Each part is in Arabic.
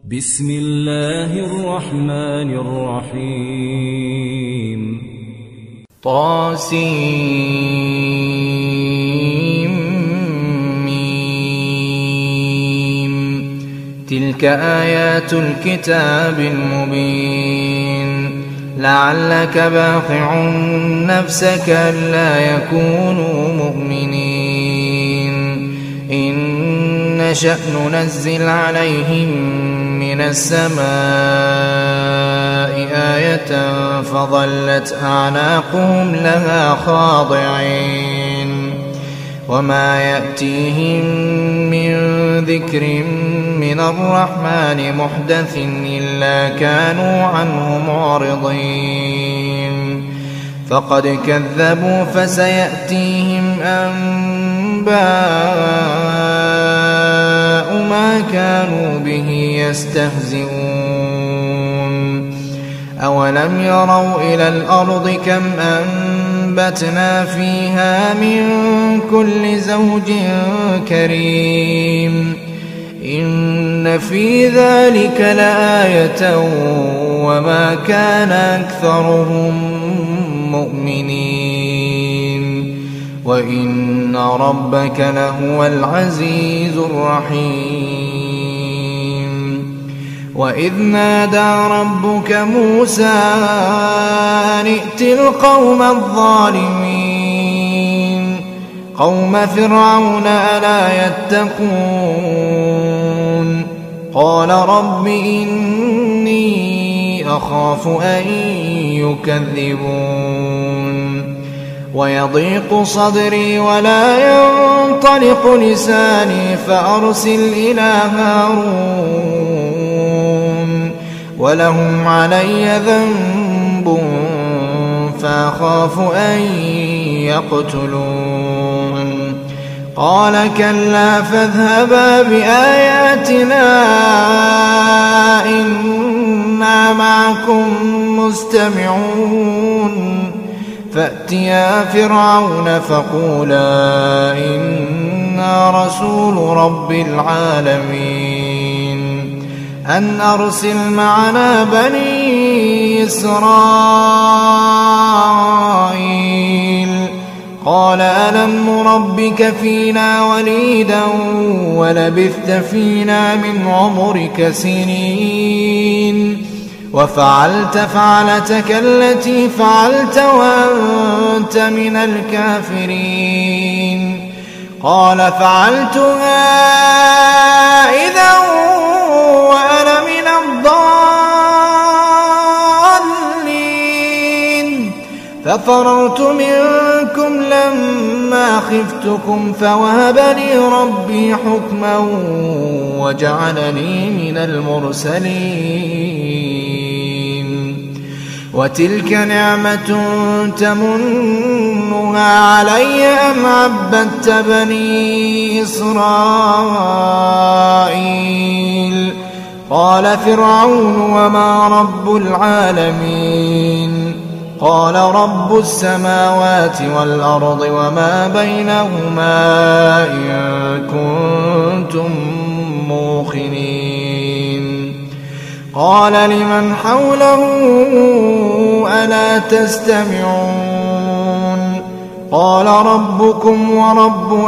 بسم الله الرحمن الرحيم طاسيم تلك آيات الكتاب المبين لعلك باخع نفسك ألا يكونوا مؤمنين إن نشأ ننزل عليهم من السماء آية فظلت أعناقهم لها خاضعين وما يأتيهم من ذكر من الرحمن محدث إلا كانوا عنه معرضين فقد كذبوا فسيأتيهم أنباء ما كانوا به يستهزئون أولم يروا إلى الأرض كم أنبتنا فيها من كل زوج كريم إن في ذلك لآية وما كان أكثرهم مؤمنين وإن ربك لهو العزيز الرحيم وإذ نادى ربك موسى أن ائت القوم الظالمين قوم فرعون ألا يتقون قال رب إني أخاف أن يكذبون ويضيق صدري ولا ينطلق لساني فأرسل إلى هارون ولهم علي ذنب فأخاف أن يقتلون قال كلا فاذهبا بآياتنا إنا معكم مستمعون فأتيا فرعون فقولا إنا رسول رب العالمين أن أرسل معنا بني إسرائيل قال ألم نربك فينا وليدا ولبثت فينا من عمرك سنين وفعلت فعلتك التي فعلت وأنت من الكافرين قال فعلتها إذا وأنا من الضالين ففررت منكم لما خفتكم فوهب لي ربي حكما وجعلني من المرسلين وتلك نعمة تمنها علي أن عبدت بني إسرائيل قال فرعون وما رب العالمين قال رب السماوات والأرض وما بينهما إن كنتم موقنين قال لمن حوله ألا تستمعون قال ربكم ورب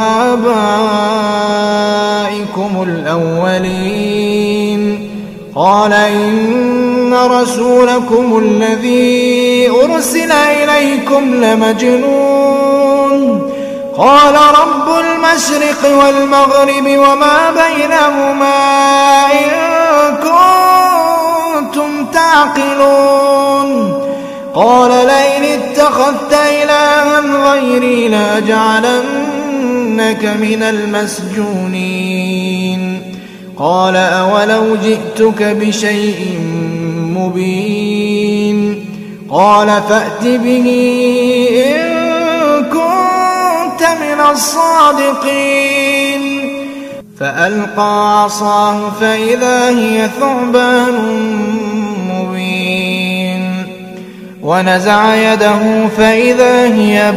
آبائكم الأولين قال إن رسولكم الذي أرسل إليكم لمجنون قال رب المشرق والمغرب وما بينهما إن كنتم تعقلون قال لئن اتخذت إلها غيري لأجعلنك من المسجونين قال أولو جئتك بشيء مبين قال فأت به إن كنت من الصادقين فألقى عصاه فإذا هي ثعبان مبين ونزع يده فإذا هي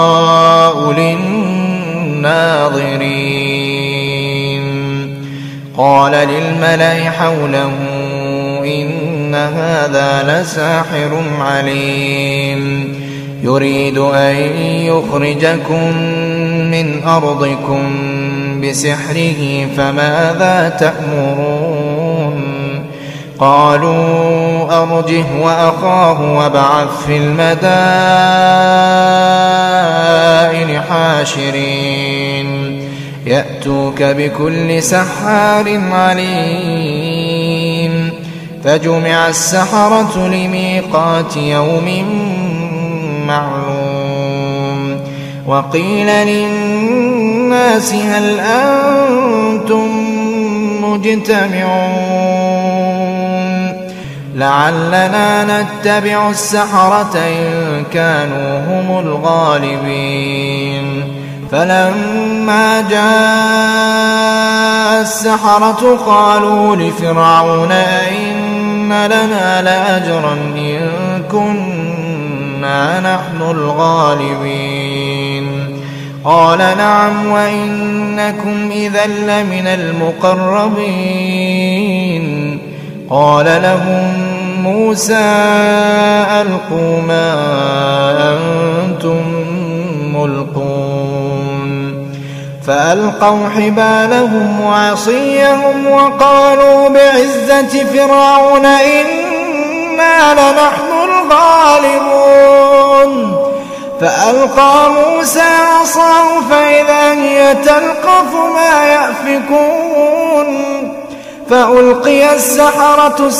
بيضاء للناظرين قال للملأ حوله إن هذا لساحر عليم يريد أن يخرجكم من أرضكم بسحره فماذا تأمرون قالوا أرجه وأخاه وابعث في المدائن حاشرين يأتوك بكل سحار عليم فجمع السحرة لميقات يوم معلوم وقيل للناس هل أنتم مجتمعون لعلنا نتبع السحرة إن كانوا هم الغالبين فلما جاء السحرة قالوا لفرعون أئن لنا لأجرا إن كنا نحن الغالبين قال نعم وإنكم إذا لمن المقربين قال لهم موسى ألقوا ما أنتم ملقون فألقوا حبالهم وعصيهم وقالوا بعزة فرعون إنا لنحن الغالبون فألقى موسى عصاه فإذا هي تلقف ما يأفكون فألقي السحرة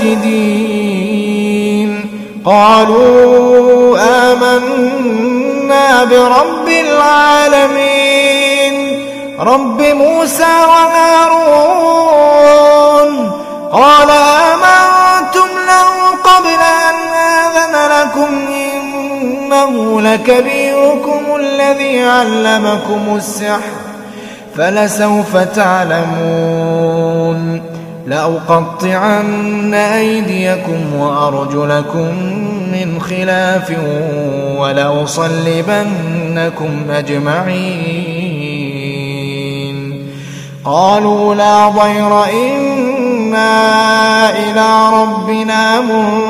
ساجدين قالوا آمنا برب العالمين رب موسى وهارون قال آمنتم له قبل أن آذن لكم إنه لكبيركم الذي علمكم السحر فلسوف تعلمون لأقطعن أيديكم وأرجلكم من خلاف ولأصلبنكم أجمعين قالوا لا ضير إنا إلى ربنا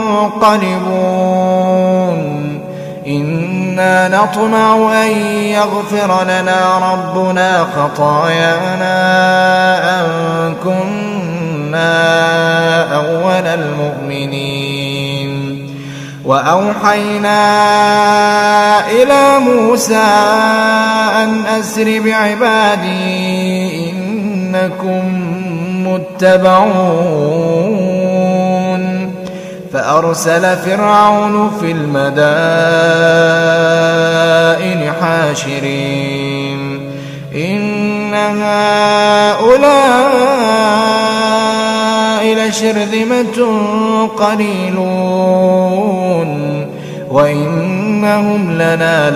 منقلبون إنا نطمع أن يغفر لنا ربنا خطايانا أن كنا أول المؤمنين وأوحينا إلى موسى أن أسر بعبادي إنكم متبعون فأرسل فرعون في المدائن حاشرين إن هؤلاء لشرذمة قليلون وإنهم لنا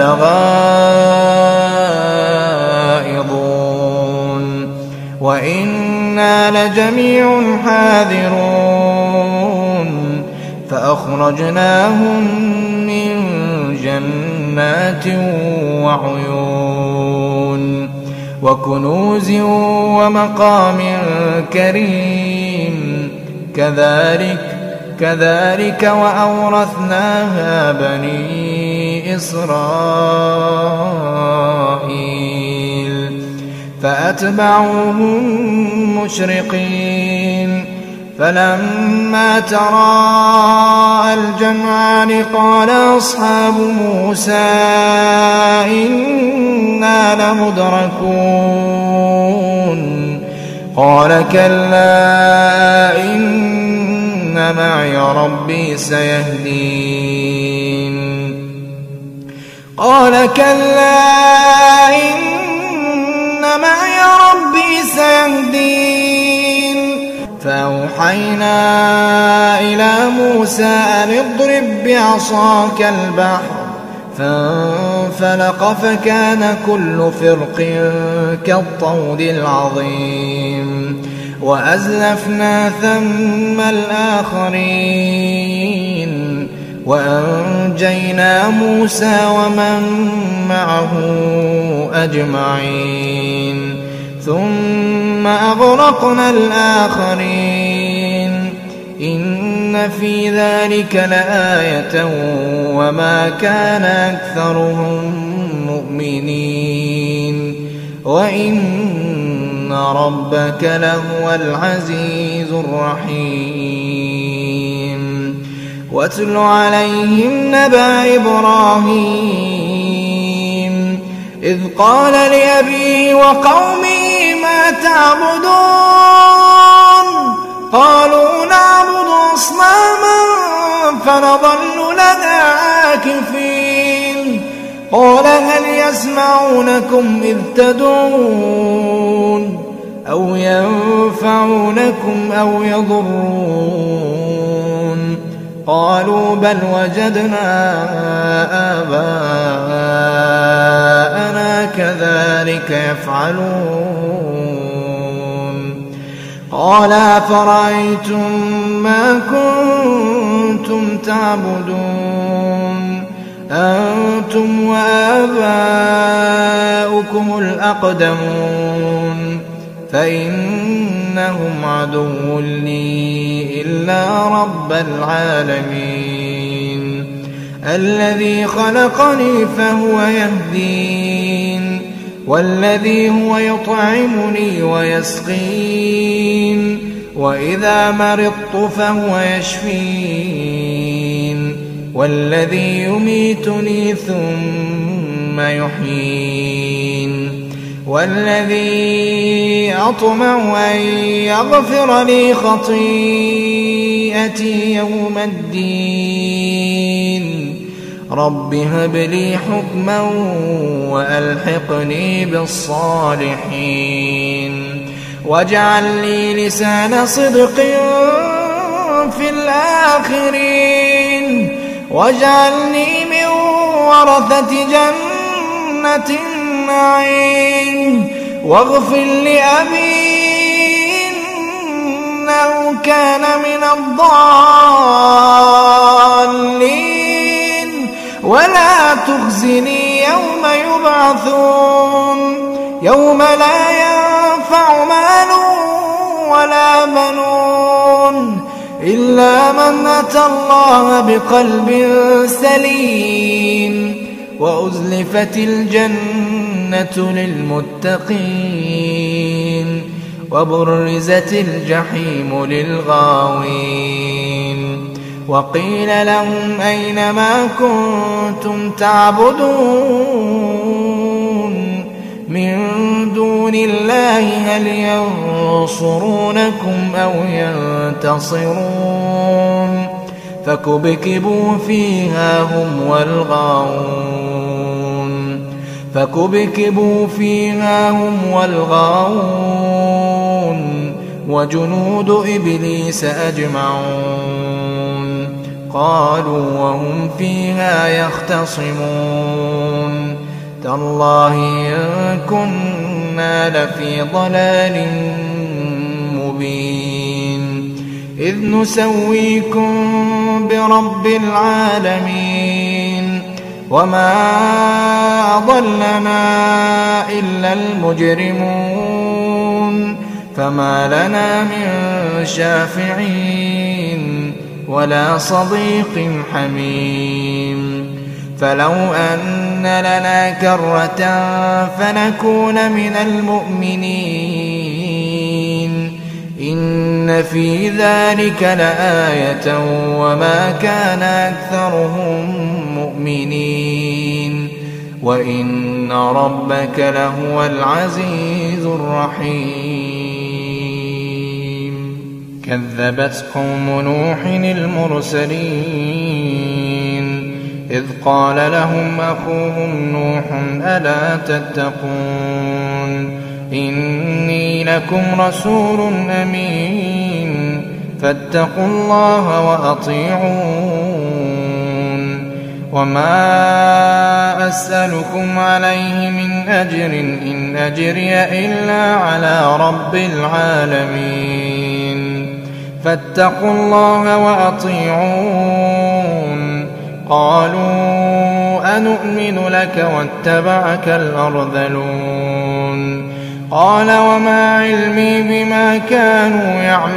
لغائظون وإنا لجميع حاذرون فأخرجناهم من جنات وعيون وكنوز ومقام كريم كذلك وأورثناها بني إسرائيل فأتبعوهم مشرقين فلما تراءى الجمعان قال أصحاب موسى إنا لمدركون قال كلا إن معي ربي سيهدين قال كلا إن معي ربي سيهدين فأوحينا إلى موسى أن اضرب بعصاك البحر فانفلق فكان كل فرق كالطود العظيم وأزلفنا ثم الآخرين وأنجينا موسى ومن معه أجمعين ثم أغرقنا الآخرين إن في ذلك لآية وما كان أكثرهم مؤمنين وإن ربك لهو العزيز الرحيم واتل عليهم نبأ إبراهيم إذ قال لأبيه وقومه ما تعبدون قالوا نعبد أصناما فنظل لها عاكفين قال هل يسمعونكم إذ تدعون أو ينفعونكم أو يضرون قالوا بل وجدنا آباءنا كذلك يفعلون قال أفرأيتم ما كنتم تعبدون أنتم وآباؤكم الأقدمون فإنهم عدو لي إلا رب العالمين الذي خلقني فهو يهدين والذي هو يطعمني ويسقين وإذا مرضت فهو يشفين والذي يميتني ثم يحيين والذي أطمع أن يغفر لي خطيئتي يوم الدين رب هب لي حكما وألحقني بالصالحين واجعل لي لسان صدق في الآخرين واجعلني من ورثة جنة النعيم واغفر لأبي إنه كان من الضالين ولا تخزني يوم يبعثون يوم لا ينفع مال ولا بنون إلا من أتى الله بقلب سليم وأزلفت الجنة للمتقين وبرزت الجحيم للغاوين وقيل لهم أين ما كنتم تعبدون من دون الله هل ينصرونكم أو ينتصرون فكبكبوا فيها هم والغاوون وجنود إبليس أجمعون قالوا وهم فيها يختصمون تالله إن كنا لفي ضلال مبين إذ نسويكم برب العالمين وما أضلنا إلا المجرمون فما لنا من شافعين ولا صديق حميم فلو أن لنا كرة فنكون من المؤمنين إن في ذلك لآية وما كان أكثرهم مؤمنين وإن ربك لهو العزيز الرحيم كذبت قوم نوح المرسلين إذ قال لهم أخوهم نوح ألا تتقون إني لكم رسول أمين فاتقوا الله وأطيعون وما أسألكم عليه من أجر إن أجري إلا على رب العالمين فاتقوا الله وأطيعون قالوا أنؤمن لك واتبعك الأرذلون قال وما علمي بما كانوا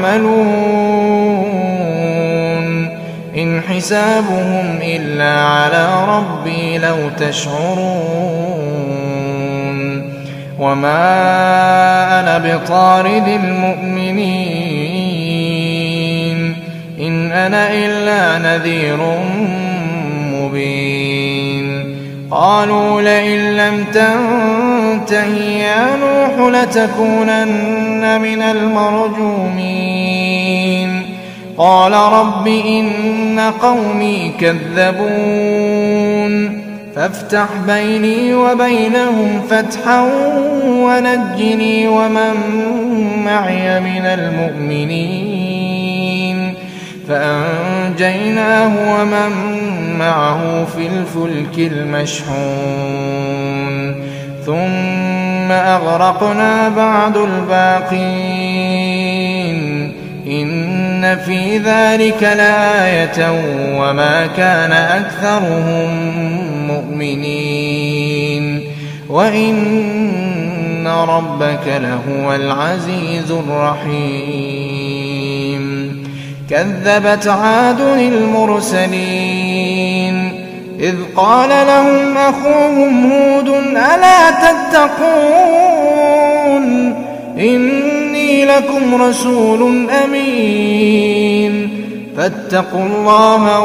يعملون إن حسابهم إلا على ربي لو تشعرون وما أنا بطارد المؤمنين إن أنا إلا نذير مبين قالوا لئن لم تنته يا نوح لتكونن من المرجومين قال رب إن قومي كذبون فافتح بيني وبينهم فتحا ونجني ومن معي من المؤمنين فأنجيناه ومن معه في الفلك المشحون ثم أغرقنا بعد الباقين إن في ذلك لآية وما كان أكثرهم مؤمنين وإن ربك لهو العزيز الرحيم كذبت عاد المرسلين إذ قال لهم أخوهم هود ألا تتقون إني لكم رسول أمين فاتقوا الله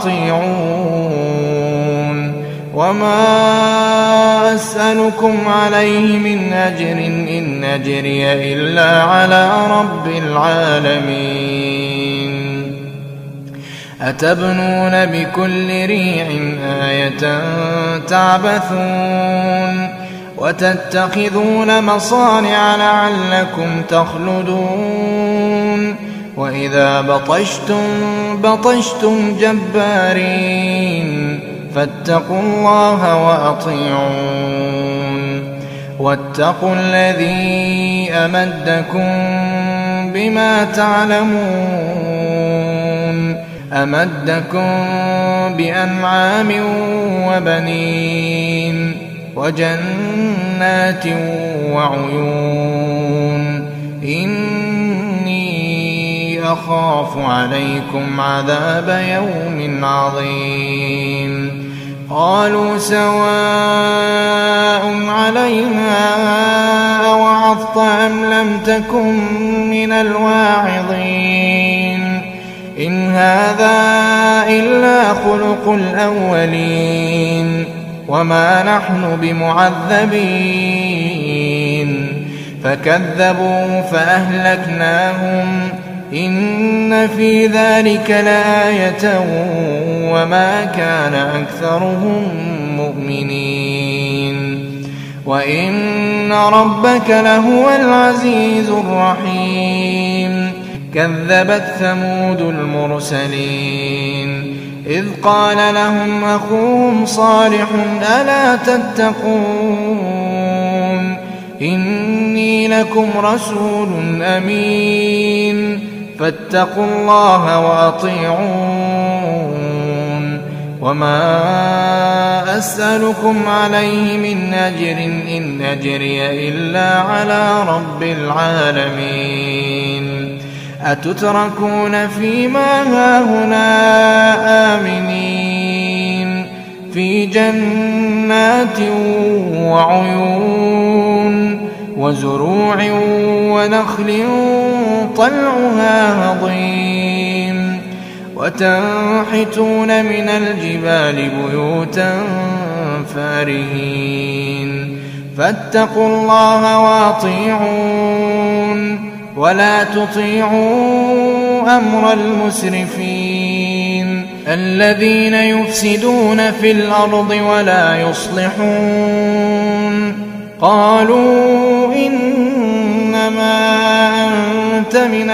وأطيعون وما أسألكم عليه من أجر إن أجري إلا على رب العالمين أتبنون بكل ريع آية تعبثون وتتخذون مصانع لعلكم تخلدون وإذا بطشتم جبارين فاتقوا الله وأطيعون واتقوا الذي أمدكم بما تعلمون أمدكم بأنعام وبنين وجنات وعيون إني أخاف عليكم عذاب يوم عظيم قالوا سواء علينا أوعظت أم لم تكن من الواعظين إن هذا إلا خلق الأولين وما نحن بمعذبين فكذبوا فأهلكناهم إن في ذلك لآية وما كان أكثرهم مؤمنين وإن ربك لهو العزيز الرحيم كذبت ثمود المرسلين إذ قال لهم أخوهم صالح ألا تتقون إني لكم رسول أمين فاتقوا الله وأطيعون وما أسألكم عليه من أجر إن أجري إلا على رب العالمين أتتركون فيما هاهنا آمنين في جنات وعيون وزروع ونخل طلعها هضيم وتنحتون من الجبال بيوتا فارهين فاتقوا الله وأطيعون ولا تطيعوا أمر المسرفين الذين يفسدون في الأرض ولا يصلحون قالوا إنما أنت من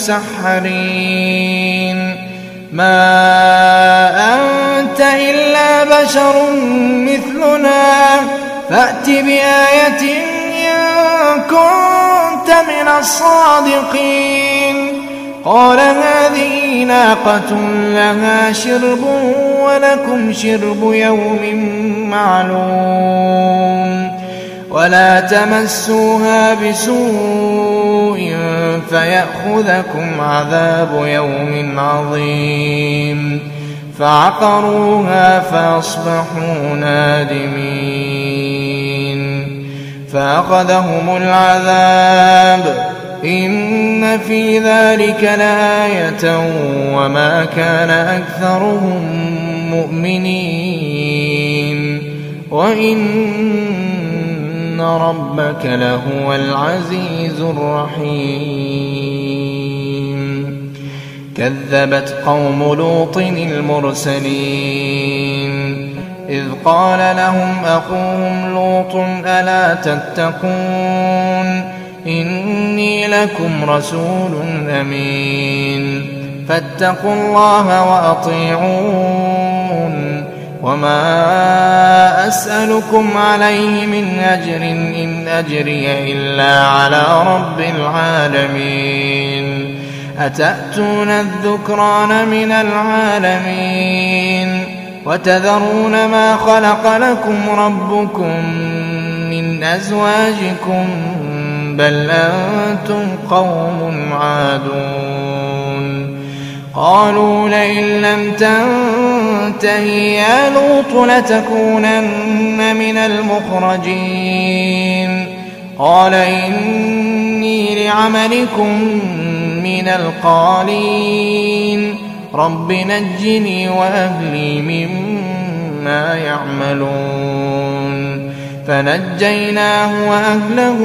المسحرين ما أنت إلا بشر مثلنا فأت بآية إن كنت من الصادقين قال هذه ناقة لها شرب ولكم شرب يوم معلوم ولا تمسوها بسوء فيأخذكم عذاب يوم عظيم فعقروها فأصبحوا نادمين فأخذهم العذاب إن في ذلك لآية وما كان أكثرهم مؤمنين وإن ربك لهو العزيز الرحيم كذبت قوم لوط المرسلين إذ قال لهم أخوهم لوط ألا تتقون إني لكم رسول أمين فاتقوا الله وأطيعون وما أسألكم عليه من أجر إن أجري إلا على رب العالمين أتأتون الذكران من العالمين وتذرون ما خلق لكم ربكم من أزواجكم بل أنتم قوم عادون قالوا لئن لم تنته يا لوط لتكونن من المخرجين قال إني لعملكم من القالين رب نجني وأهلي مما يعملون فنجيناه وأهله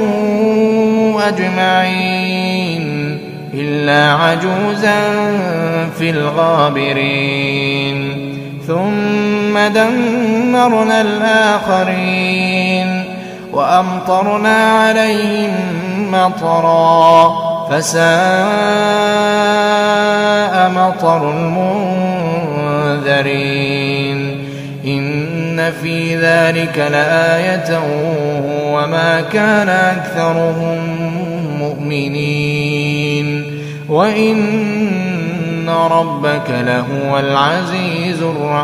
أجمعين إلا عجوزا في الغابرين ثم دمرنا الآخرين وأمطرنا عليهم مطرا فساء مطر المنذرين إن في ذلك لآية وما كان أكثرهم مؤمنين وإن ربك لهو العزيز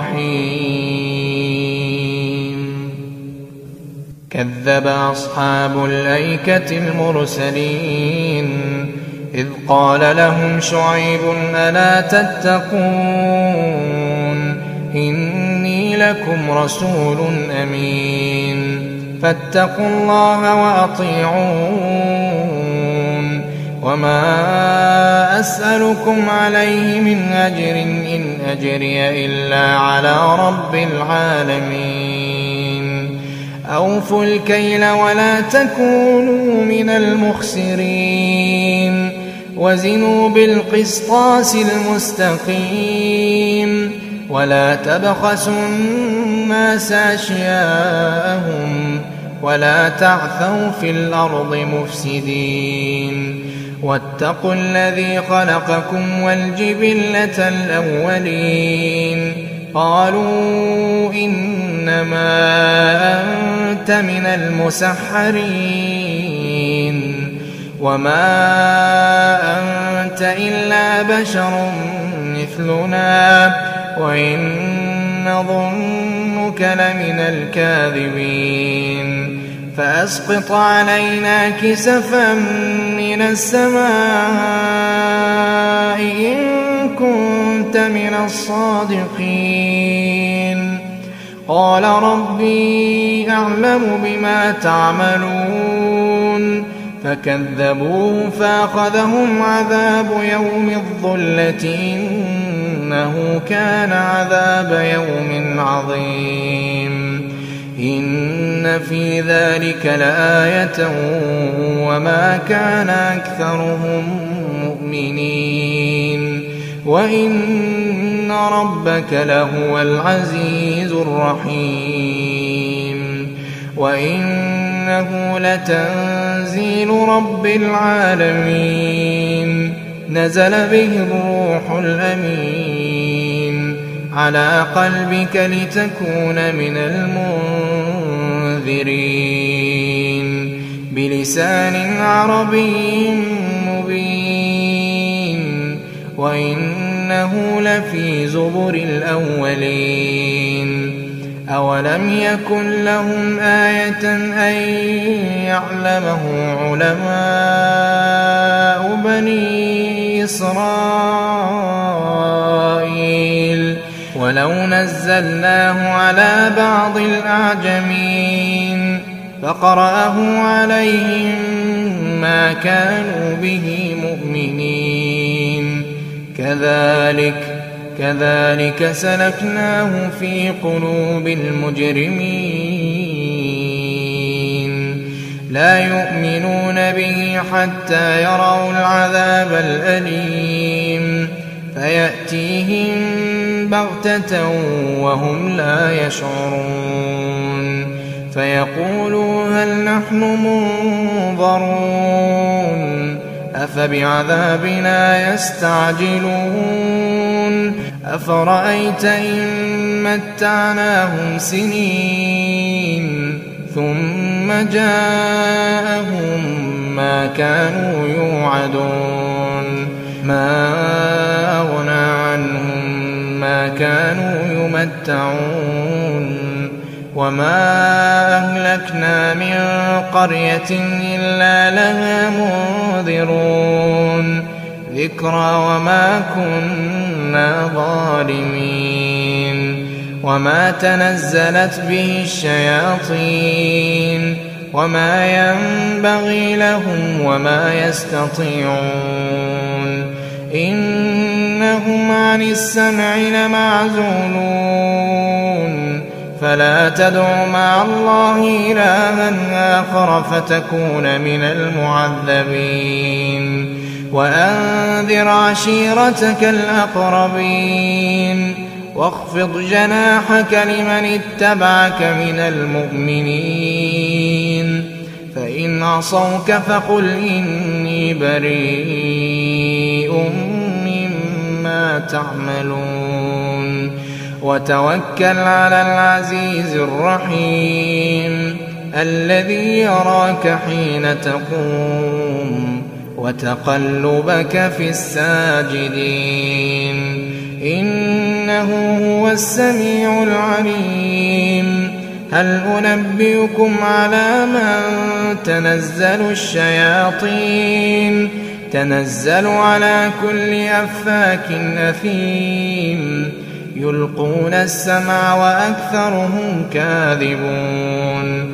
الرحيم كذب أصحاب الأيكة المرسلين إذ قال لهم شعيب ألا تتقون إني لكم رسول أمين فاتقوا الله وأطيعون وما أسألكم عليه من أجر إن أجري إلا على رب العالمين أوفوا الكيل ولا تكونوا من المخسرين وزنوا بالقسطاس المستقيم ولا تبخسوا الناس أشياءهم ولا تعثوا في الأرض مفسدين واتقوا الذي خلقكم والجبلة الأولين قالوا إنما أنت من المسحرين وما أنت إلا بشر مثلنا وإن نظنك لمن الكاذبين فأسقط علينا كسفا من السماء إن كنت من الصادقين قال ربي أعلم بما تعملون فكذبوه فأخذهم عذاب يوم الظلة إنه كان عذاب يوم عظيم إن في ذلك لآية وما كان أكثرهم مؤمنين وإن ربك لهو العزيز الرحيم وإنه لتنزيل رب العالمين نزل به الروح الأمين على قلبك لتكون من المنذرين بلسان عربي مبين وإنه لفي زبر الأولين أولم يكن لهم آية أن يعلمه علماء بني إسرائيل ولو نزلناه على بعض الأعجمين فقرأه عليهم ما كانوا به مؤمنين كذلك سلكناه في قلوب المجرمين لا يؤمنون به حتى يروا العذاب الأليم فيأتيهم بغتة وهم لا يشعرون فيقولوا هل نحن منظرون أفبعذابنا يستعجلون أفرأيت إن متعناهم سنين ثم جاءهم ما كانوا يوعدون ما أغنى عنهم ما كانوا يمتعون وما أهلكنا من قرية إلا لها منذرون ذكرى وما كنا ظالمين وما تنزلت به الشياطين وما ينبغي لهم وما يستطيعون إنهم عن السمع لمعزولون فلا تدع مع الله إلها آخر فتكون من المعذبين وأنذر عشيرتك الأقربين واخفض جناحك لمن اتبعك من المؤمنين فإن عصوك فقل إني بريء مما تعملون وتوكل على العزيز الرحيم الذي يراك حين تقوم وتقلبك في الساجدين إنه هو السميع العليم هل أنبئكم على من تنزل الشياطين تنزل على كل أفاك أثيم يلقون السمع وأكثرهم كاذبون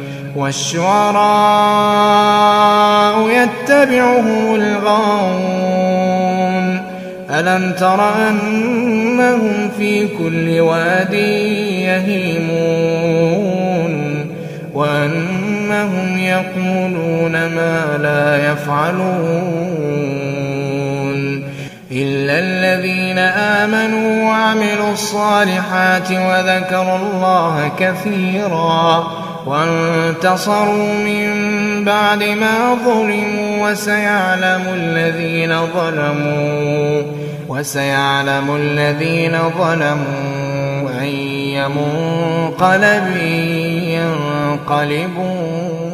والشعراء يتبعهم الغاوون ألم تر أنهم في كل واد يهيمون وأنهم يقولون ما لا يفعلون إلا الذين آمنوا وعملوا الصالحات وذكروا الله كثيرا وانتصروا من بعد ما ظلموا وسيعلم الذين ظلموا أي منقلب ينقلبون